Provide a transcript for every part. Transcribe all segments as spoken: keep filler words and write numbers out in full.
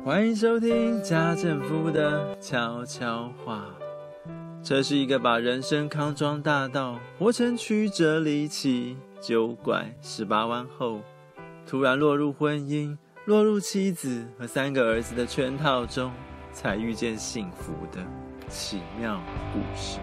欢迎收听家政夫的悄悄话。这是一个把人生康庄大道活成曲折离奇、九拐十八弯后，突然落入婚姻、落入妻子和三个儿子的圈套中，才遇见幸福的奇妙故事。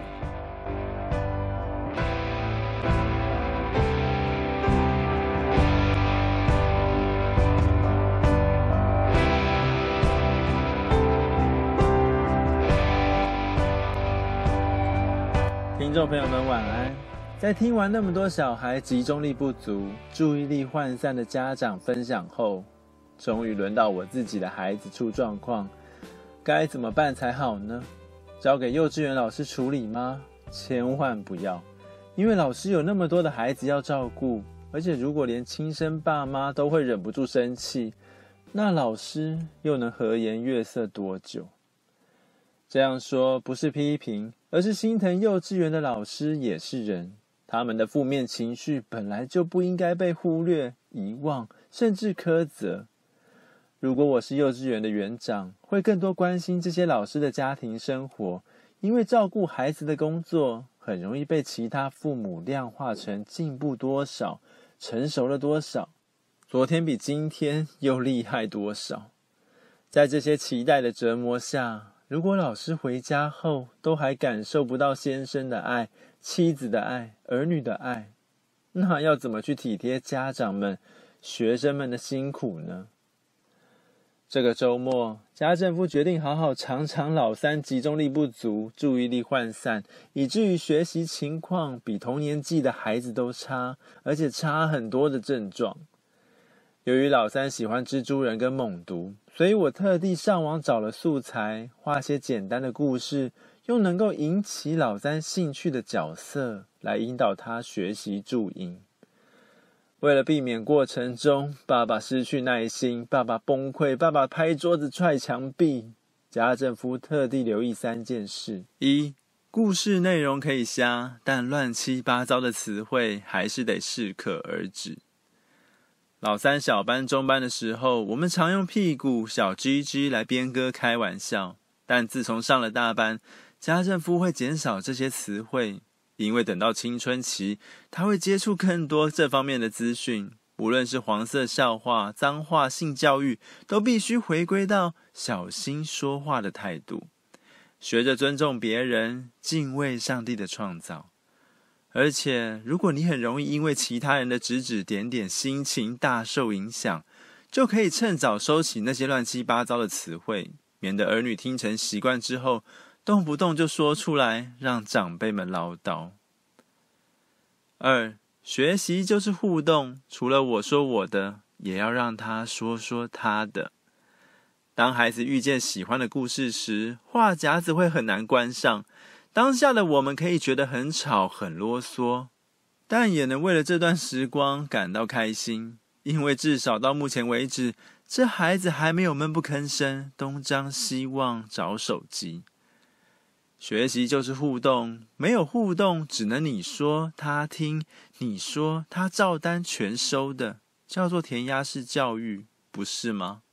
听众朋友们晚安。在听完那么多小孩集中力不足、注意力涣散的家长分享后，终于轮到我自己的孩子出状况，该怎么办才好呢？交给幼稚园老师处理吗？千万不要，因为老师有那么多的孩子要照顾，而且如果连亲生爸妈都会忍不住生气，那老师又能和颜悦色多久？这样说不是批评，而是心疼幼稚园的老师也是人，他们的负面情绪本来就不应该被忽略、遗忘，甚至苛责。如果我是幼稚园的园长，会更多关心这些老师的家庭生活，因为照顾孩子的工作很容易被其他父母量化成进步多少、成熟了多少，昨天比今天又厉害多少。在这些期待的折磨下，如果老师回家后都还感受不到先生的爱、妻子的爱、儿女的爱，那要怎么去体贴家长们、学生们的辛苦呢？这个周末，家政夫决定好好尝尝老三集中力不足、注意力涣散，以至于学习情况比同年纪的孩子都差，而且差很多的症状。由于老三喜欢蜘蛛人跟猛毒，所以我特地上网找了素材，画些简单的故事，用能够引起老三兴趣的角色来引导他学习注音。为了避免过程中爸爸失去耐心、爸爸崩溃、爸爸拍桌子踹墙壁，家政夫特地留意三件事：一、故事内容可以瞎，但乱七八糟的词汇还是得适可而止。老三小班中班的时候，我们常用屁股、小 G G 来编歌开玩笑，但自从上了大班，家政夫会减少这些词汇，因为等到青春期，他会接触更多这方面的资讯，无论是黄色笑话、脏话、性教育，都必须回归到小心说话的态度，学着尊重别人，敬畏上帝的创造。而且，如果你很容易因为其他人的指指点点心情大受影响，就可以趁早收起那些乱七八糟的词汇，免得儿女听成习惯之后，动不动就说出来，让长辈们唠叨。二、学习就是互动，除了我说我的，也要让他说说他的。当孩子遇见喜欢的故事时，话匣子会很难关上。当下的我们可以觉得很吵、很啰嗦，但也能为了这段时光感到开心，因为至少到目前为止，这孩子还没有闷不吭声，东张西望找手机。学习就是互动，没有互动，只能你说他听，你说他照单全收的，叫做填鸭式教育，不是吗？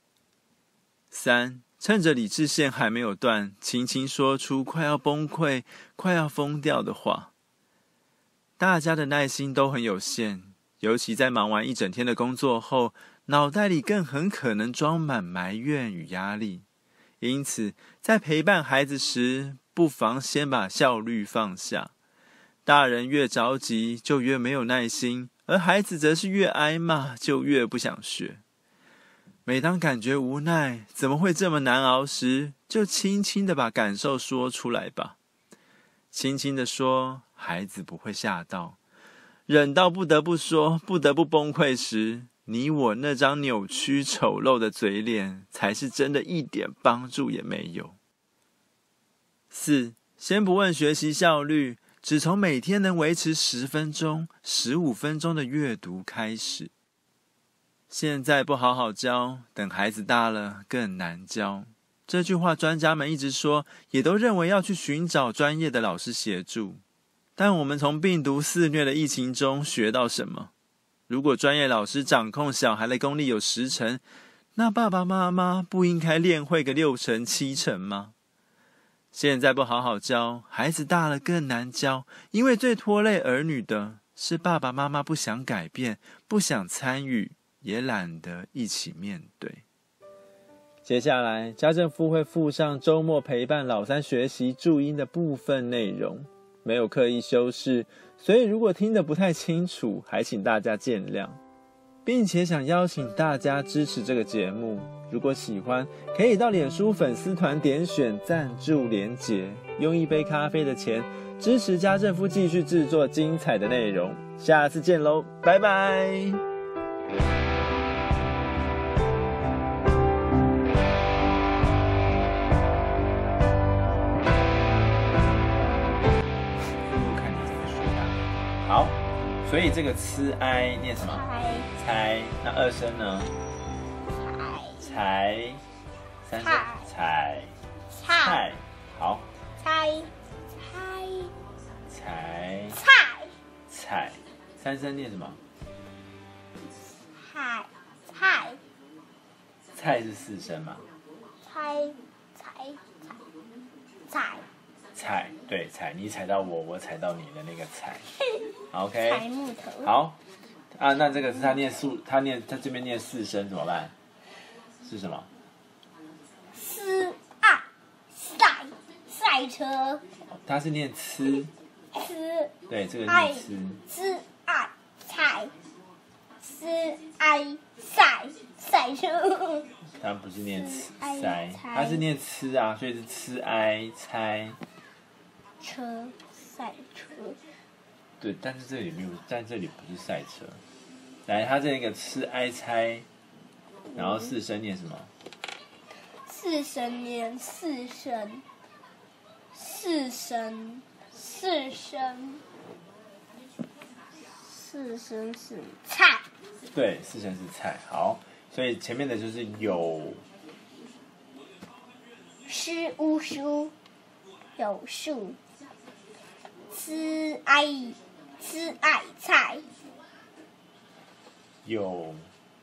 三、趁着理智线还没有断，轻轻说出快要崩溃、快要疯掉的话。大家的耐心都很有限，尤其在忙完一整天的工作后，脑袋里更很可能装满埋怨与压力。因此，在陪伴孩子时，不妨先把效率放下。大人越着急，就越没有耐心，而孩子则是越挨骂，就越不想学。每当感觉无奈，怎么会这么难熬时，就轻轻地把感受说出来吧。轻轻地说，孩子不会吓到。忍到不得不说、不得不崩溃时，你我那张扭曲丑陋的嘴脸，才是真的一点帮助也没有。四、先不问学习效率，只从每天能维持十分钟、十五分钟的阅读开始。现在不好好教，等孩子大了更难教。这句话专家们一直说，也都认为要去寻找专业的老师协助。但我们从病毒肆虐的疫情中学到什么？如果专业老师掌控小孩的功力有十成， 那爸爸妈妈不应该练会个六成七成吗？现在不好好教，孩子大了更难教，因为最拖累儿女的是爸爸妈妈不想改变，不想参与，也懒得一起面对。接下来，家政夫会附上周末陪伴老三学习注音的部分内容，没有刻意修饰，所以如果听得不太清楚，还请大家见谅。并且想邀请大家支持这个节目，如果喜欢，可以到脸书粉丝团点选赞助连结，用一杯咖啡的钱支持家政夫继续制作精彩的内容。下次见喽，拜拜。好，所以这个吃 i 念什么？猜。那二声呢？才。三声才。菜。好。 猜。 猜。 菜。 菜。三声念什么？ 菜。菜。 菜是四声嘛？ 猜。猜。菜。 踩，对，踩，你踩到我，我踩到你的那个踩 ，OK。 踩木头。 好，啊，那这个是他念数，他念他这边念四声怎么办？是什么？ 斯爱赛赛车。 他是念吃。 斯。 对，这个念吃。 斯爱菜。斯爱赛赛车。 他不是念吃塞，他是念吃啊，所以是吃哀猜。 车赛车， 对，但是这里没有，在这里不是赛车。来，他这个吃哀猜，然后四声念什么？ 四声念四声，四声，四声，四声是菜。 对，四声是菜。好，所以前面的就是有。 诗乌书，有树。吃爱吃爱菜， 有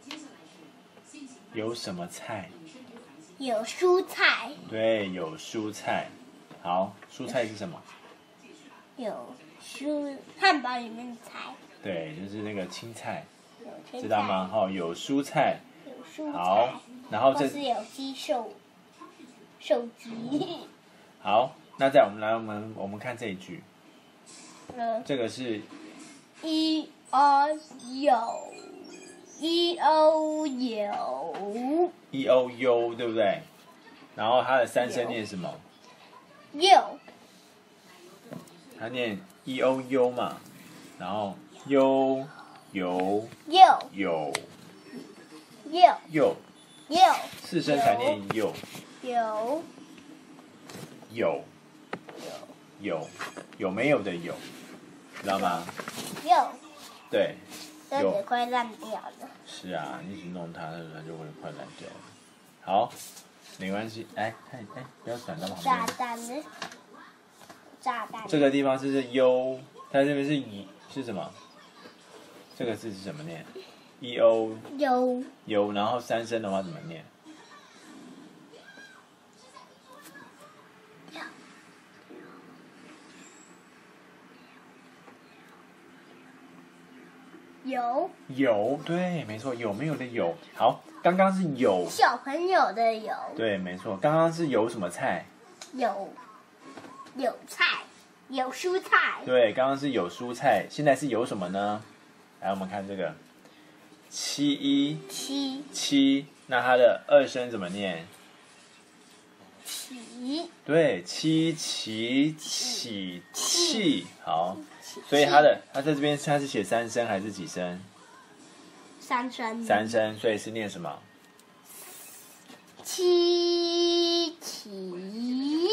有什么菜？ 有蔬菜。 对，有蔬菜。好，蔬菜是什么？ 有蔬汉堡里面的菜。 对，就是那个青菜， 有知道吗？哈、哦，有蔬菜。 有蔬菜。 好，然后这是有鸡瘦瘦鸡。 好，那再我们来，我们我们看这一句。 嗯、 这个是一 o 有一 o 有一 o u 对不对？然后它的三声念什么？ 有。 它念一 o u 嘛，然后 u 有有有有有有四声才念有有有有有没有的有，知道吗？ 有。 对， 这有纸快烂掉了。 是啊，你一直弄它，它就会快烂掉了。好，没关系，哎哎哎，不要转到旁炸边。 弹呢？炸弹。 这个地方是是 u， 它这边是以是什么？这个字是怎么念 ？e o 有有，然后三声的话怎么念？ 有有，对，没错，有没有的有。好，刚刚是有小朋友的有。 对，没错，刚刚是有什么菜？ 有有菜，有蔬菜。 对，刚刚是有蔬菜，现在是有什么呢？来，我们看这个七一七七，那它的二声怎么念？ 起。 对，七起起气，好。所以它的它在这边它是写三声还是几声？ 三声。 三声，所以是念什么？ 七起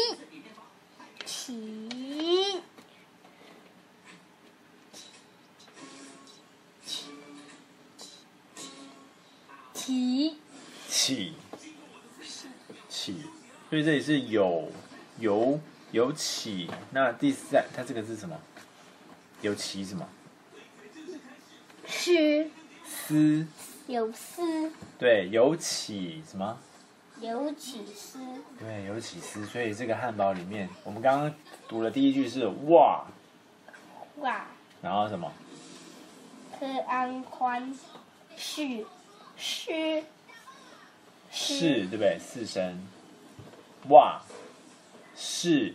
起起起起，所以这里是有有有起，那第三它这个是什么？有起什么？ 诗思有丝， 对，有起什么？ 有起司， 对，有起司。所以这个汉堡里面，我们刚刚读的第一句是哇， 哇， 然后什么？ 科安宽是是是，对不对？四声。哇，是。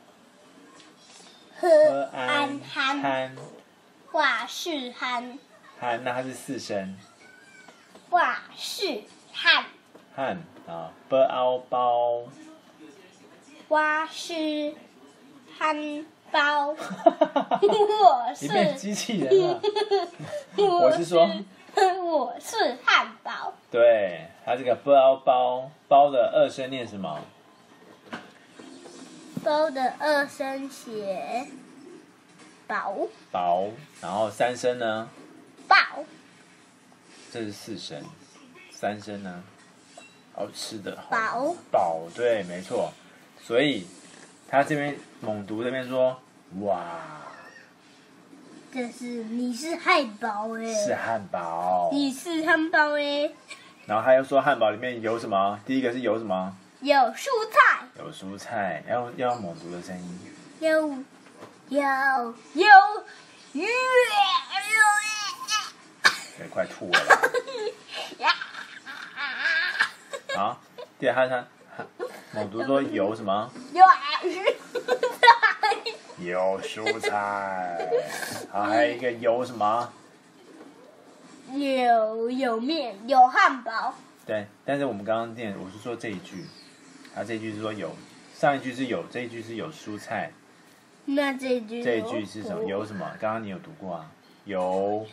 喝安安憨， 憨哇是憨， 憨，那它是四声。 哇是憨， 汉啊，b ao 包， 哇是憨包，我你变是机器人了。我是说， 我是汉堡， 对，它这个 b ao 包包的二声念什么？ 包的二声写薄薄，然后三声呢？ 爆， 这是四声，三声呢？好吃的， 薄饱，对，没错。所以他这边猛读这边说，哇， 这是你是汉堡哎， 是汉堡。 你是汉堡哎， 然后他又说汉堡里面有什么？第一个是有什么？ 有蔬菜， 有蔬菜，要要用猛读的声音。 有有有鱼， 对，快吐了啦。好，第二他他他猛读说有什么？ 有蔬菜， 有蔬菜。好，还有一个有什么？ 有有面，有汉堡， 对，但是我们刚刚念，我是说这一句，他这一句是说有，上一句是有，这一句是有蔬菜， 那这句这一句是什么？有什么？刚刚你有读过啊？有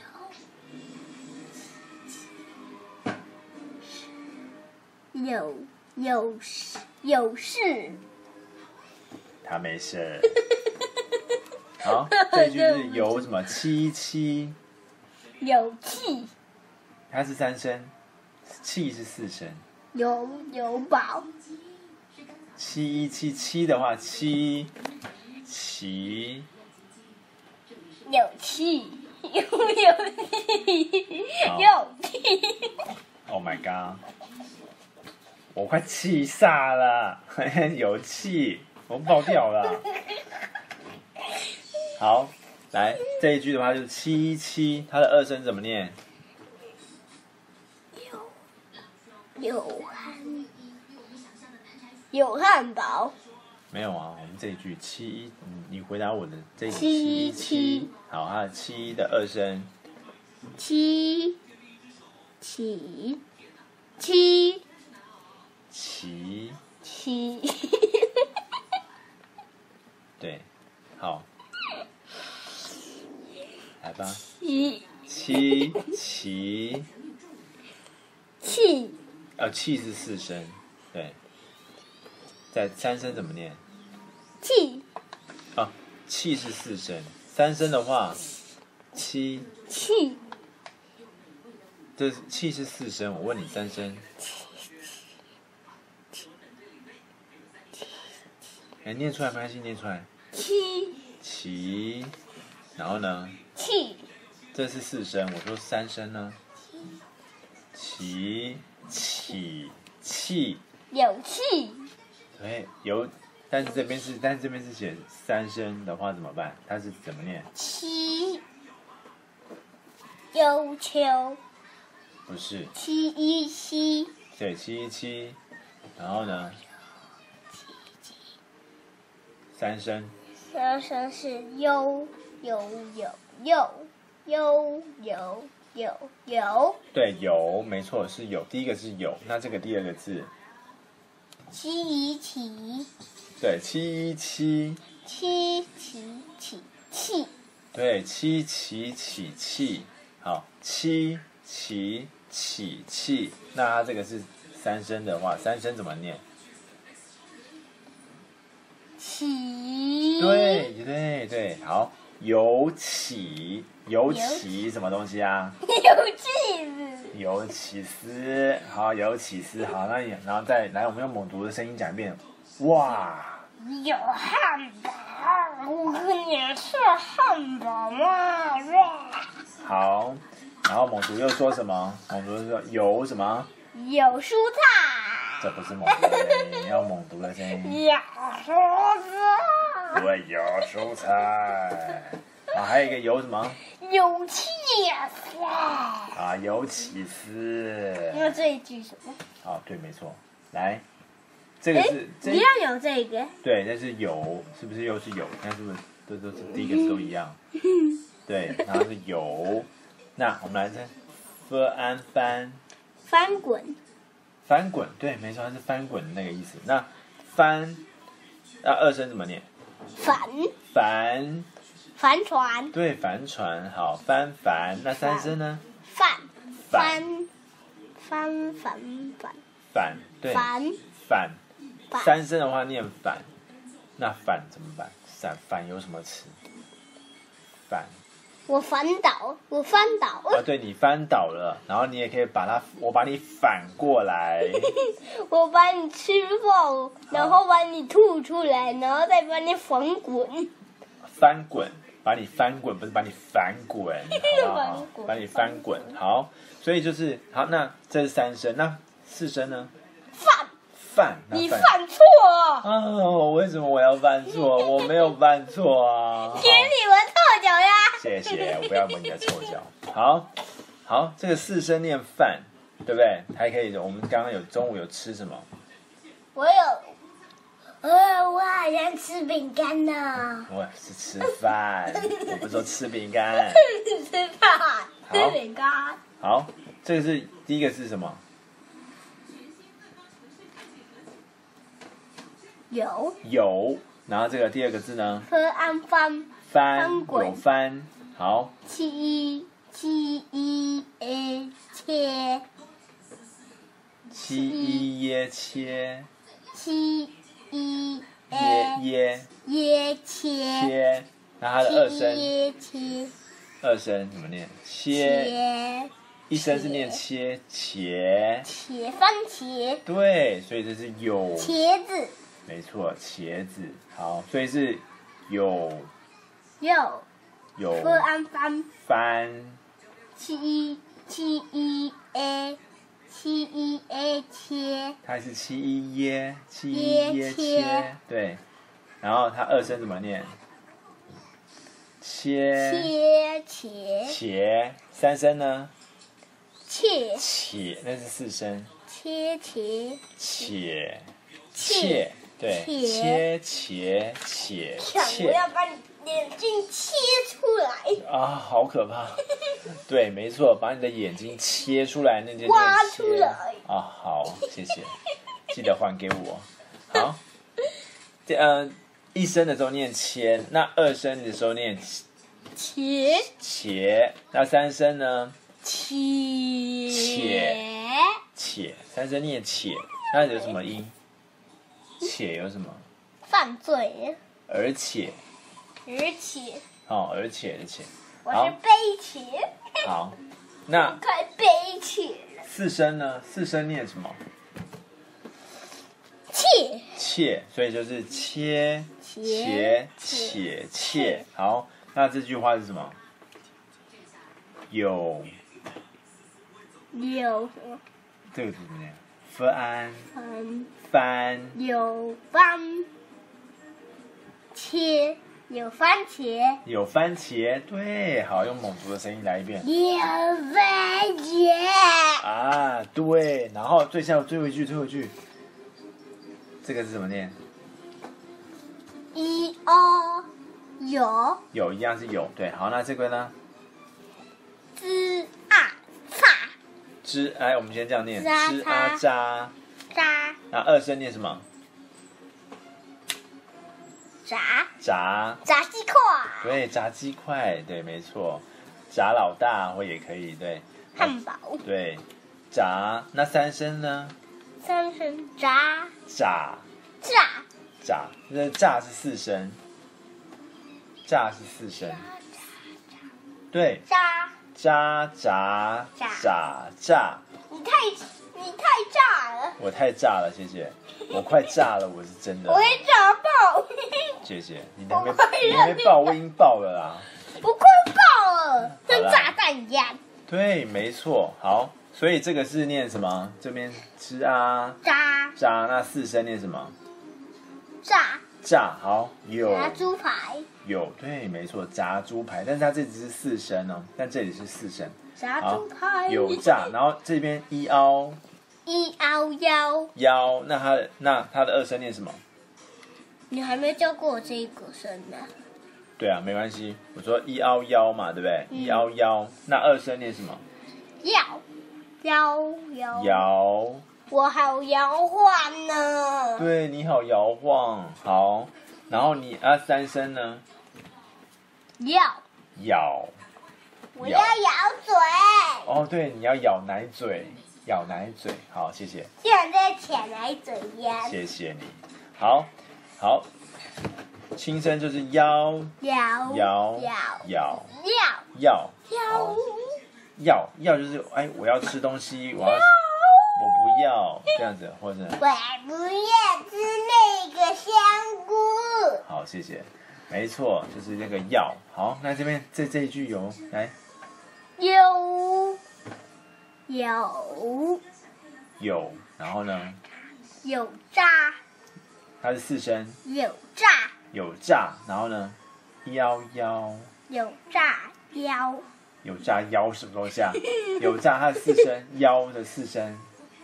有有有事， 他没事。好，这一句是有什么？七七， 有气， 它是三声，气是四声。 有有饱， 七一七七的话，七七有气，有有气， 好有气， ，Oh my god！我快气煞了，有气，我爆掉了。好，来这一句的话就是七七，它的二声怎么念？ 有汉有汉堡， 没有啊，我们这一句七一，嗯你回答我的这一句七七七， 好，它的七的二声， 七起七七， 七， 对，好，来吧， 七七七， 气呃，气是四声，对，在三声怎么念？ 气啊，气是四声，三声的话，七， 气这是气是四声，我问你三声。哎，念出来没关系，念出来。 七起，然后呢？ 气这是四声，我说三声呢？起起气， 有气对，有，但是这边是，但是这边是写三声的话怎么办？它是怎么念？ 七有秋不是， 七一七对，七一七，然后呢？三声， 三声是有有有有有有有有对，有，没错，是有。第一个是有，那这个第二个字， 七一起对，七一七， 七起起气对，七起起气，好，七起起气，那它这个是三声的话，三声怎么念？ 起对对对，好，有起有起什么东西啊？ 有气子有起司，好，有起司，好，那你然后再来，我们用猛读的声音讲一遍，哇， 有汉堡，你是汉堡吗？哇！ 好， 然后猛族又说什么？猛族说有什么？ 有蔬菜。 这不是猛族的声音，要猛族的声音。 有蔬菜。 对，有蔬菜。啊，还有一个有什么？ 有起司。 啊，有起司。 那这一句什么？ 好，对，没错。来，这个是这一样有这个。 对，但是有，是不是又是有？你看是不是都都是第一个字都一样？对，然后是有。那我们来看 ，f an 翻翻滚。 翻滚，对，没错，它是翻滚的那个意思。那翻，那二声怎么念？ 帆。 帆。 帆船。 对，帆船。好，帆帆。那三声呢？ 帆。 帆。 帆帆帆。 反，对。 反。 反。三声的话念反，那反怎么办？反反有什么词？反。 我翻倒，我翻倒。 啊，对，你翻倒了，然后你也可以把它，我把你反过来。 我把你吃爆，然后把你吐出来，然后再把你翻滚。 翻滚，把你翻滚，不是把你反滚，好不好？把你翻滚，好。所以就是好，那这是三声，那四声呢？ 犯犯， 你犯错了。 哦，为什么我要犯错？我没有犯错啊。 给你闻臭脚呀！ 谢谢，我不要闻你的臭脚。好，好，这个四声念饭，对不对？还可以。我们刚刚有中午有吃什么？ 我有，呃，我好像吃饼干呢。 我是吃饭，我不是说吃饼干。 吃饭，吃饼干。 好，这个是第一个是什么？ 有。 有，然后这个第二个字呢？ 和安翻。 翻，有翻。好。 七七一 a 切。 七一耶切。 七一耶耶。 耶切。 切，那它的二声。 耶切。 二声怎么念？切。 切。 一声是念切茄。 茄番茄。 对，所以这是有。 茄子。 没错，茄子。好，所以是有。 有。 有。 和安翻。 翻。 七一七一 a 七一 a 切。 它是七一耶，七一耶切。对，然后它二声怎么念？切。 切切。 茄。三声呢？ 切。 且，那是四声。 切切。 且。切。对。切且且切。 我要把你眼睛切出来。 啊，好可怕！对，没错，把你的眼睛切出来，那就挖出来。 啊，好，谢谢，记得还给我。好，这呃，一声的时候念切，那二声的时候念切。 且，那三声呢？ 切。 且。且，三声念且，那有什么音？且有什么？ 犯罪。 而且。 而且。 哦，而且的且。 我是悲且。 好，那快悲且。 四声呢？四声念什么？ 切。 切，所以就是切且且切。好，那这句话是什么？有。 有什么？ 这个字怎么念？翻。 翻。 翻。 有番。切。有番茄。 有番茄，对，好，用蒙族的声音来一遍。 有番茄。 啊，对，然后最下最后一句，最后一句，这个是怎么念？ 一哦，有。 有一样是有，对，好，那这个呢？ 吱啊叉。 吱，哎，我们先这样念，吱啊喳。 喳。 那二声念什么？ 炸。 炸。 炸鸡块。 对，炸鸡块，对，没错。炸老大或也可以，对。 汉堡。 对，炸。那三声呢？ 三声炸。 炸。 炸。 炸，那炸是四声。炸是四声。对。 炸。 炸炸炸炸。 你太你太炸了。 我太炸了，谢谢。我快炸了，我是真的。 我会炸爆。 谢谢，你还没你还没爆，我已经爆了啦。 我快爆了，跟炸弹一样。 对，没错。好，所以这个是念什么？这边吃啊炸炸，那四声念什么？ 炸炸。好，有炸猪排， 有，对，没错，炸猪排，但是它这只是四声哦，但这里是四声。 炸好猪排有炸，然后这边一凹一凹腰。 腰，那它的那它的二声念什么？ 你还没教过我这一个声呢。 对啊，没关系，我说一凹腰嘛，对不对？ 嗯一凹腰，那二声念什么？ 摇摇摇， 摇。 我好摇晃呢。 对，你好摇晃，好，然后你啊三声呢？ 摇， 咬。 我要咬嘴， 哦，对，你要咬奶嘴，咬奶嘴，好，谢谢， 就像在舔奶嘴一样。 谢谢你，好，好，轻声就是腰摇摇摇咬摇要摇好要要就是哎，我要吃东西，我要我不要这样子，或者我不要吃那个香菇。 好，谢谢，没错，就是那个要好。那这边这这一句有来有有有，然后呢， 有炸它是四声， 有炸有炸，然后呢，腰腰有炸腰有炸腰什么东西啊？有炸它的四声，腰的四声，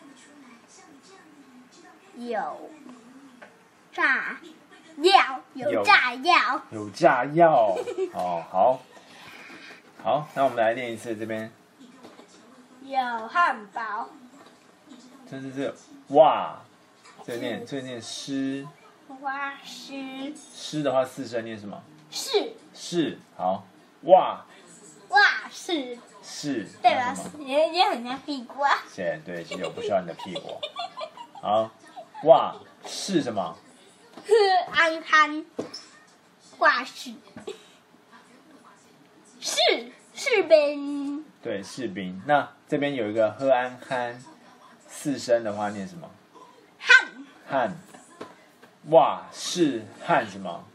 有炸药有有炸药有炸药。哦，好，好，那我们来练一次这边， 有汉堡这是这哇，这个念这个念诗， 花师诗的话四声念什么？ 是是，好，哇哇是是， 对吧还有什？么？ 也也很像屁股啊。 谢谢，对，其实我不需要你的屁股。好，哇是什么？ 呵安康挂士士士兵对，士兵。那这边有一个喝安憨，四声的话念什么？ 汉汉。哇是汉什么？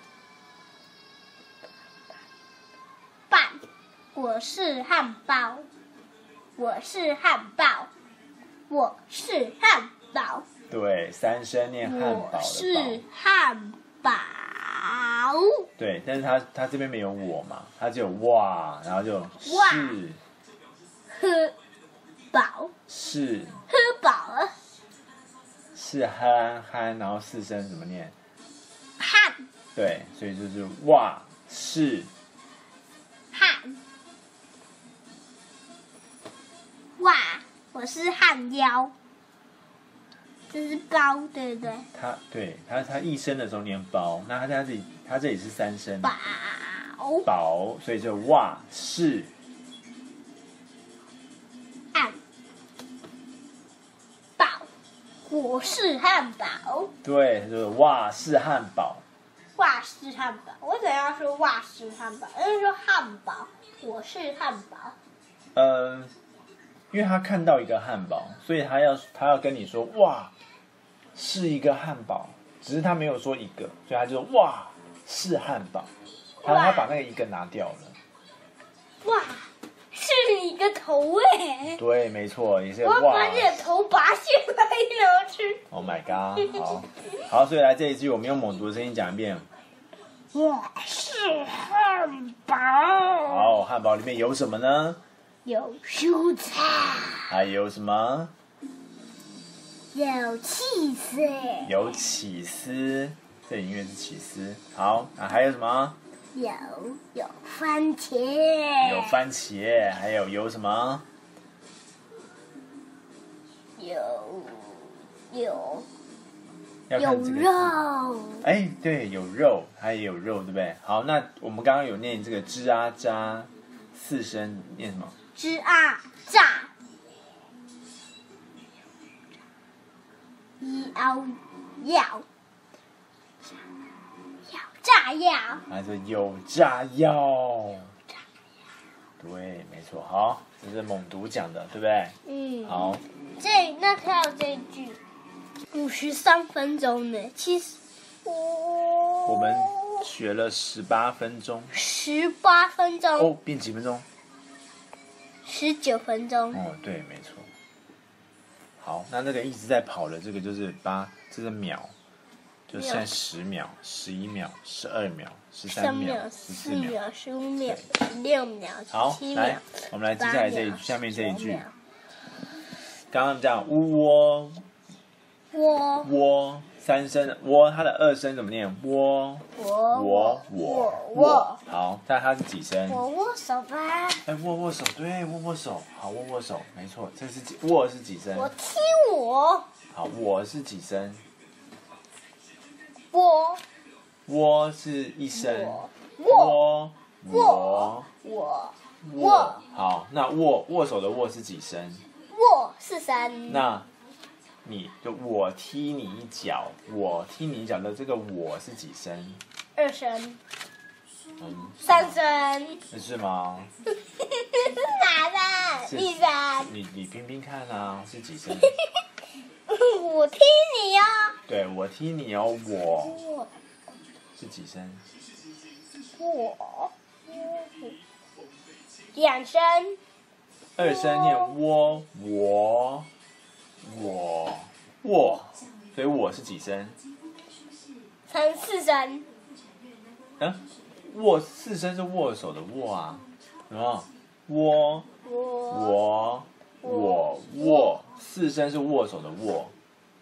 堡，我是汉堡，我是汉堡，我是汉堡， 对，三声念汉堡我的是堡。 汉堡。 对，但是他他这边没有我嘛，他只有哇，然后就哇是喝饱， 是喝饱了， 是憨憨，然后四声怎么念？ 汉对，所以就是哇是汉哇，我是汉腰，这是包，对不对？ 他对他他一声的时候念包，那他在这里他这里是三声饱饱，所以就哇是汉堡，我是汉堡， 对，就是哇是汉堡。 哇是汉堡。我怎样说哇是汉堡？因为说汉堡，我是汉堡。 呃，因为他看到一个汉堡，所以他要他要跟你说哇是一个汉堡，只是他没有说一个，所以他就说哇是汉堡，他哇他把那个一个拿掉了。 哇，是一个头哎！ 对，没错，也是我要哇把你的头拔下来拿去。 ，Oh my god，好，好，所以来这一句我们用猛读的声音讲一遍。 我是汉堡， 好，汉堡里面有什么呢？ 有蔬菜， 还有什么？ 有气色， 有起司，这里因为是起司。好，啊，还有什么？ 有有番茄， 有番茄，还有有什么？ 有有要有看这个字。 肉， 哎，对，有肉，还有肉，对不对？好，那我们刚刚有念这个吱啊喳，四声念什么？ 吱啊炸，一凹药，要炸药， 还是有炸药？对，没错。好，这是猛读讲的，对不对？ 嗯， 好， 这那跳这一句，五十三分钟呢，其实我们学了十八分钟。 十八分钟， 哦，变几分钟？ 十九分钟。 哦，对，没错。好，那那个一直在跑的这个就是八，这是秒，就现在十秒、十一秒、十二秒、十三秒、十四四秒、 秒、十五秒、十六秒、 好， 十七秒。 来，我们来接下来这一八秒下面这一句十秒。 刚刚讲窝窝窝三声，窝它的二声怎么念？窝我我我我我好，但它是几声？ 我握手吧。 哎，握握手，对，握握手，好，握握手，没错，这是几握是几声？ 我踢我好，我是几声？ 我窝是一声。 我窝我我握，好，那握握手的握是几声？ 握是三。 那你就我踢你一脚，我踢你一脚的这个我是几声？ 二声。 嗯， 三声。 是吗？ 哪声？一声。 你你拼拼看啊，是几声？ 我踢你呀。 对，我踢你哦，我我是几声？ 我两声。 二声念窝我我握，所以我是几声？ 三四声。 嗯，握四声是握手的握啊，什么？窝我我我握，四声是握手的握。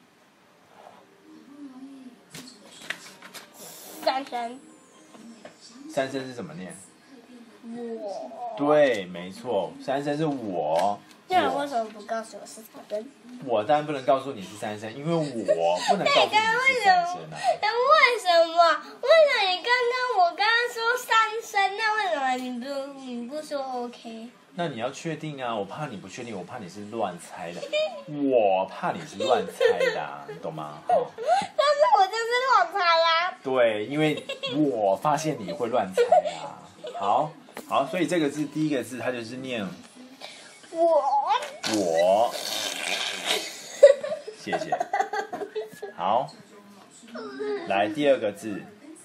三声。 三声是怎么念？ 我。 对，没错，三声是我。 那你为我什么不告诉我是三声？ 我当然不能告诉你是三声，因为我不能告诉你是三声啊。 那为什么？为什么你刚刚我刚刚说三声，那为什么你不你不说 OK？ 那你要确定啊，我怕你不确定，我怕你是乱猜的，我怕你是乱猜的、啊，你懂吗？哦， 但是我就是乱猜呀。 对，因为我发现你会乱猜啊。好，好，所以这个字第一个字它就是念我。 我，谢谢。好，来第二个字，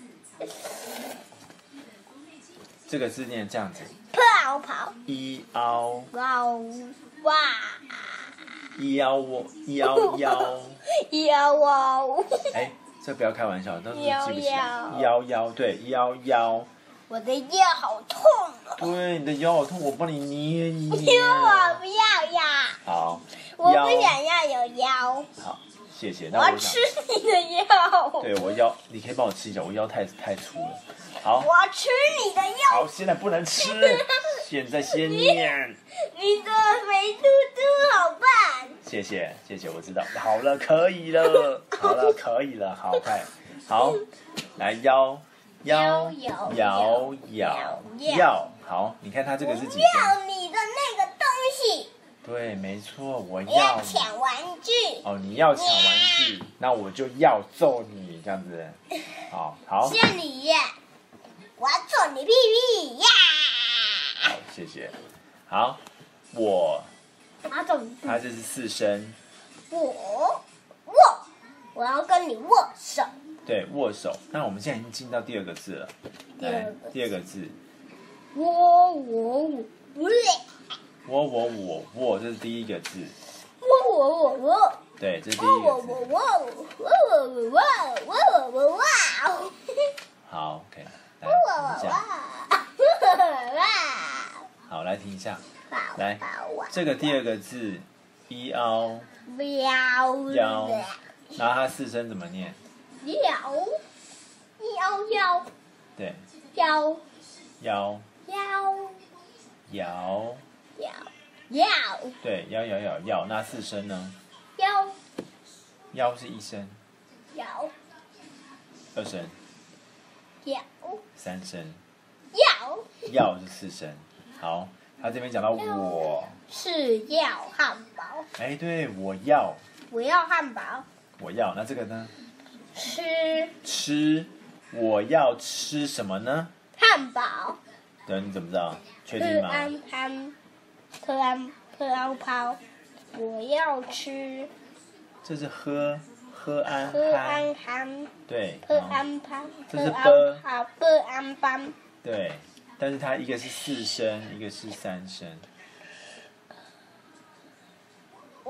这个字念这样子， 跑跑。 一凹哇哇。 一凹窝一凹腰， 腰哇。 哎，这不要开玩笑，都是记不起来。 腰腰腰对腰腰， 我的腰好痛啊！ 对，你的腰好痛，我帮你捏一捏。 我不要呀。 好， 我不腰想要有腰。 好，谢谢。那我要我想吃你的腰。 对我腰，你可以帮我吃一下，我腰太太粗了。好， 我要吃你的腰。 好，现在不能吃，现在先念。 你的肥嘟嘟好棒。 谢谢谢谢，我知道。好了，可以了，好了，可以了，好快，好，来腰腰摇摇摇摇摇，好，你看它这个是几声？ 要你的那个东西。 对，没错，我我要要抢玩具。 哦，你要抢玩具，那我就要揍你，这样子。好好， 像你呀，我要揍你屁屁呀。 好，谢谢。好，我我要揍你。 它这是四声， 我握，我要跟你握手。 对，握手。那我们现在已经进到第二个字了，来第二个字， 第二个字， 我我我不累。 我我我我，这是第一个字， 我我我我。 对，这是第我一个字。 我我我我我我我我我我。 好，OK，来哇听一下。 哇！ 好，来听一下。 哇来哇！ 这个第二个字，一凹腰腰，然后它四声怎么念？ 腰腰腰对， 腰腰腰摇， 腰腰对，摇摇摇摇，那四声呢？ 腰腰是一声， 腰二声， 腰三声， 腰要是四声。好，他这边讲到我， 是要汉堡， 哎，对，我要， 我要汉堡， 我要，那这个呢？ 吃吃，我要吃什么呢？ 汉堡， 对，你怎么知道？确特定吗？ 安潘，特安特安泡，我要吃这是喝喝安特憨， 安憨， 对， 特好安潘， 这是特安泡，特安班。 对，但是它一个是四声，一个是三声。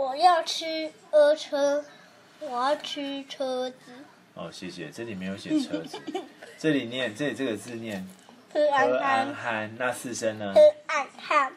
我要吃车车，我要吃车子。 哦，谢谢。这里没有写车子，这里念这里这个字念喝安和安安， 憨，那四声呢？ 喝安憨。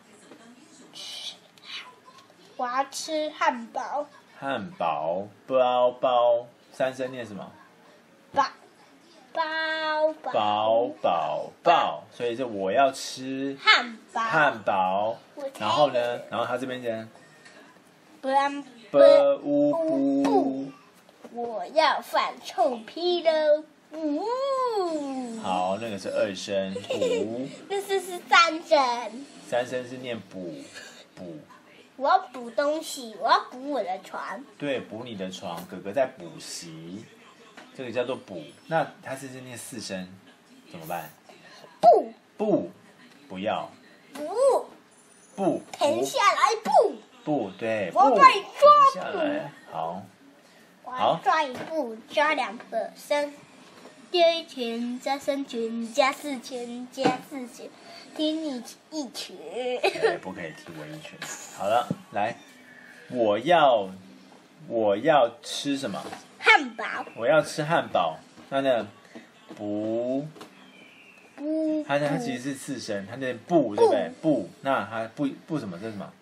我要吃汉堡。 汉堡包包，三声念什么？ 包包包饱饱饱，所以就我要吃汉堡。 汉堡我猜， 然后呢？然后他这边讲不然不乌不， 我要放臭屁喽。呜。 好，那个是二声补， 这是是三声。 三声是念补补， 我要补东西，我要补我的床。 对，补你的床，哥哥在补习，这个叫做补。那他是念四声，怎么办？ 不不，不要， 不， 不， 停下来不。 不，对， 我不， 把你抓停下来，好。 我要抓一步，抓两个声，第一拳加三拳加四拳加四拳，踢你一拳。 对，不可以踢我一拳。好了，来，我要我要吃什么？ 汉堡。 我要吃汉堡。那呢？不， 不， 它它其实是四声，它那不对不对？不，那它不不什么？这是什么？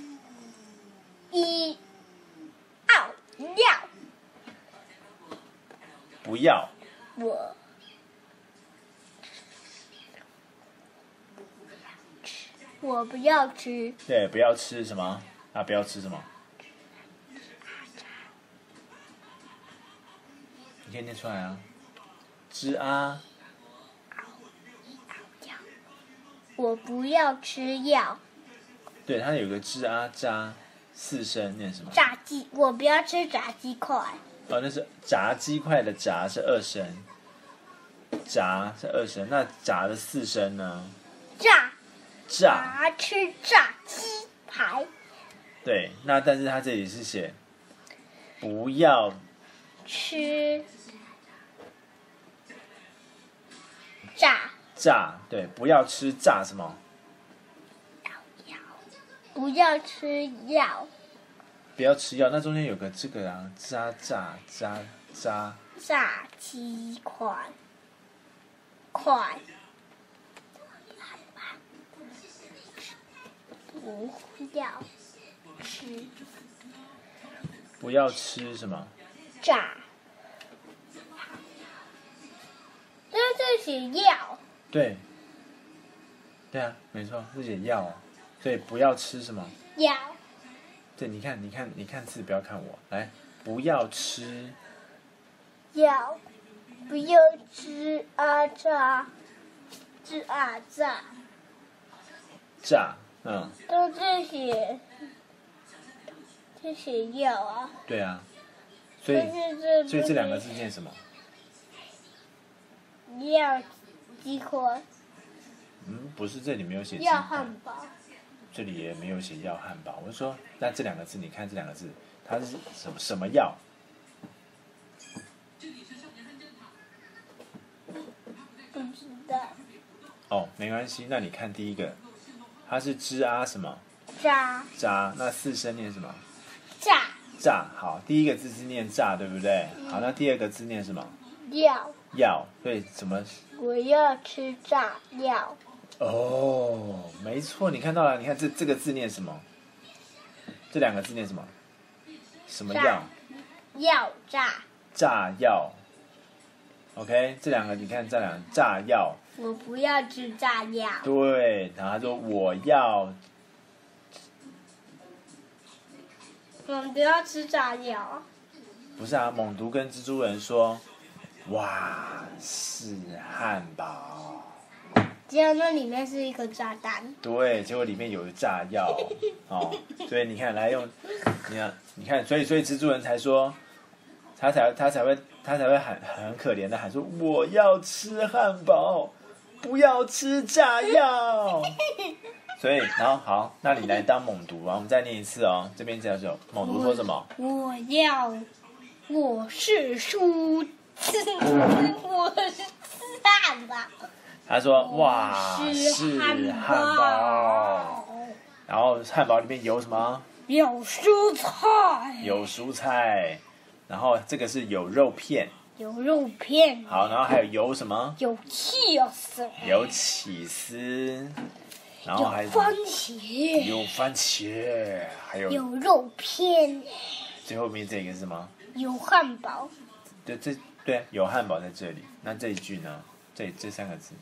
一，二，要。 不要。 我我不要吃。 对，不要吃什么？啊，不要吃什么？你可以念出来啊。知啊。 我不要吃药。 对，它有个知啊渣，四声念什么？ 炸鸡，我不要吃炸鸡块。 哦，那是炸鸡块的炸是二声，炸是二声，那炸的四声呢？ 炸。 炸。 炸吃炸鸡排。 对，那但是它这里是写不要吃炸。 炸，对，不要吃炸什么？ 不要吃药。 不要吃药，那中间有个这个啊，炸炸炸炸。 炸鸡块。块。不要吃不要吃什么？ 炸。这这写药。 对，对啊，没错，是写药啊，所以不要吃什么？ 药。 对，你看，你看，你看字，不要看我，来，不要吃药。不要吃啊炸。吃啊炸。 炸，嗯， 都这写，这写药啊。 对啊，所以但是这所以这两个字念什么？ 药鸡块。 嗯，不是，这里没有写鸡药块汉堡。 这里也没有写药汉堡。我就说，那这两个字，你看这两个字，它是什么什么药？ 不知道。 哦，没关系，那你看第一个，它是知啊什么？ 炸。 炸，那四声念什么？ 炸。 炸，好，第一个字是念炸，对不对？好，那第二个字念什么？ 药。 药，对，怎么？ 我要吃炸药。 哦，没错，你看到了，你看这这个字念什么？这两个字念什么？什么药？ 药炸。 炸药。OK， 这两个你看，这两个炸药。 我不要吃炸药。 对，然后他说我要。 我不要吃炸药。 不是啊，猛毒跟蜘蛛人说，哇，是汉堡。 结果那里面是一颗炸弹。 对，结果里面有炸药哦，所以你看，来用，你看，你看，所以所以蜘蛛人才说，他才他才会他才会很很可怜的喊说，我要吃汉堡，不要吃炸药。所以，然后好，那你来当猛毒，然后我们再念一次哦。这边叫做猛毒说什么？ 我要，我是猪，我是汉堡。 他说：“哇，是汉堡。然后汉堡里面有什么？ 有蔬菜， 有蔬菜，然后这个是有肉片， 有肉片， 好，然后还有有什么？ 有cheese， 有起司，然后还有有番茄， 有番茄，还有有肉片， 最后面这个是什么？ 有汉堡， 对，这对有汉堡在这里。那这一句呢？这这三个字。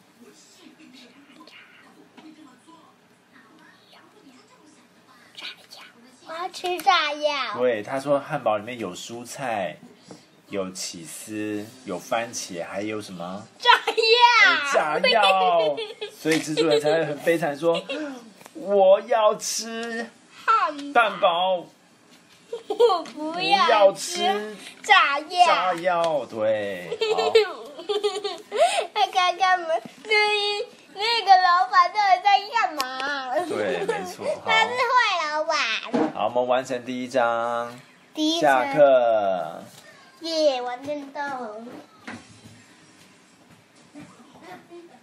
我要吃炸药。 对，他说汉堡里面有蔬菜，有起司，有番茄，还有什么？ 炸药。 炸药。所以蜘蛛人才会很悲惨说：“我要吃汉汉堡， 我不不要要吃炸药。 炸药。”对，好。 那刚刚们那那个老板到底在干嘛？ 对，没错。好他是坏老板。 好，我们完成第一章， 第一下课。 耶，完成到。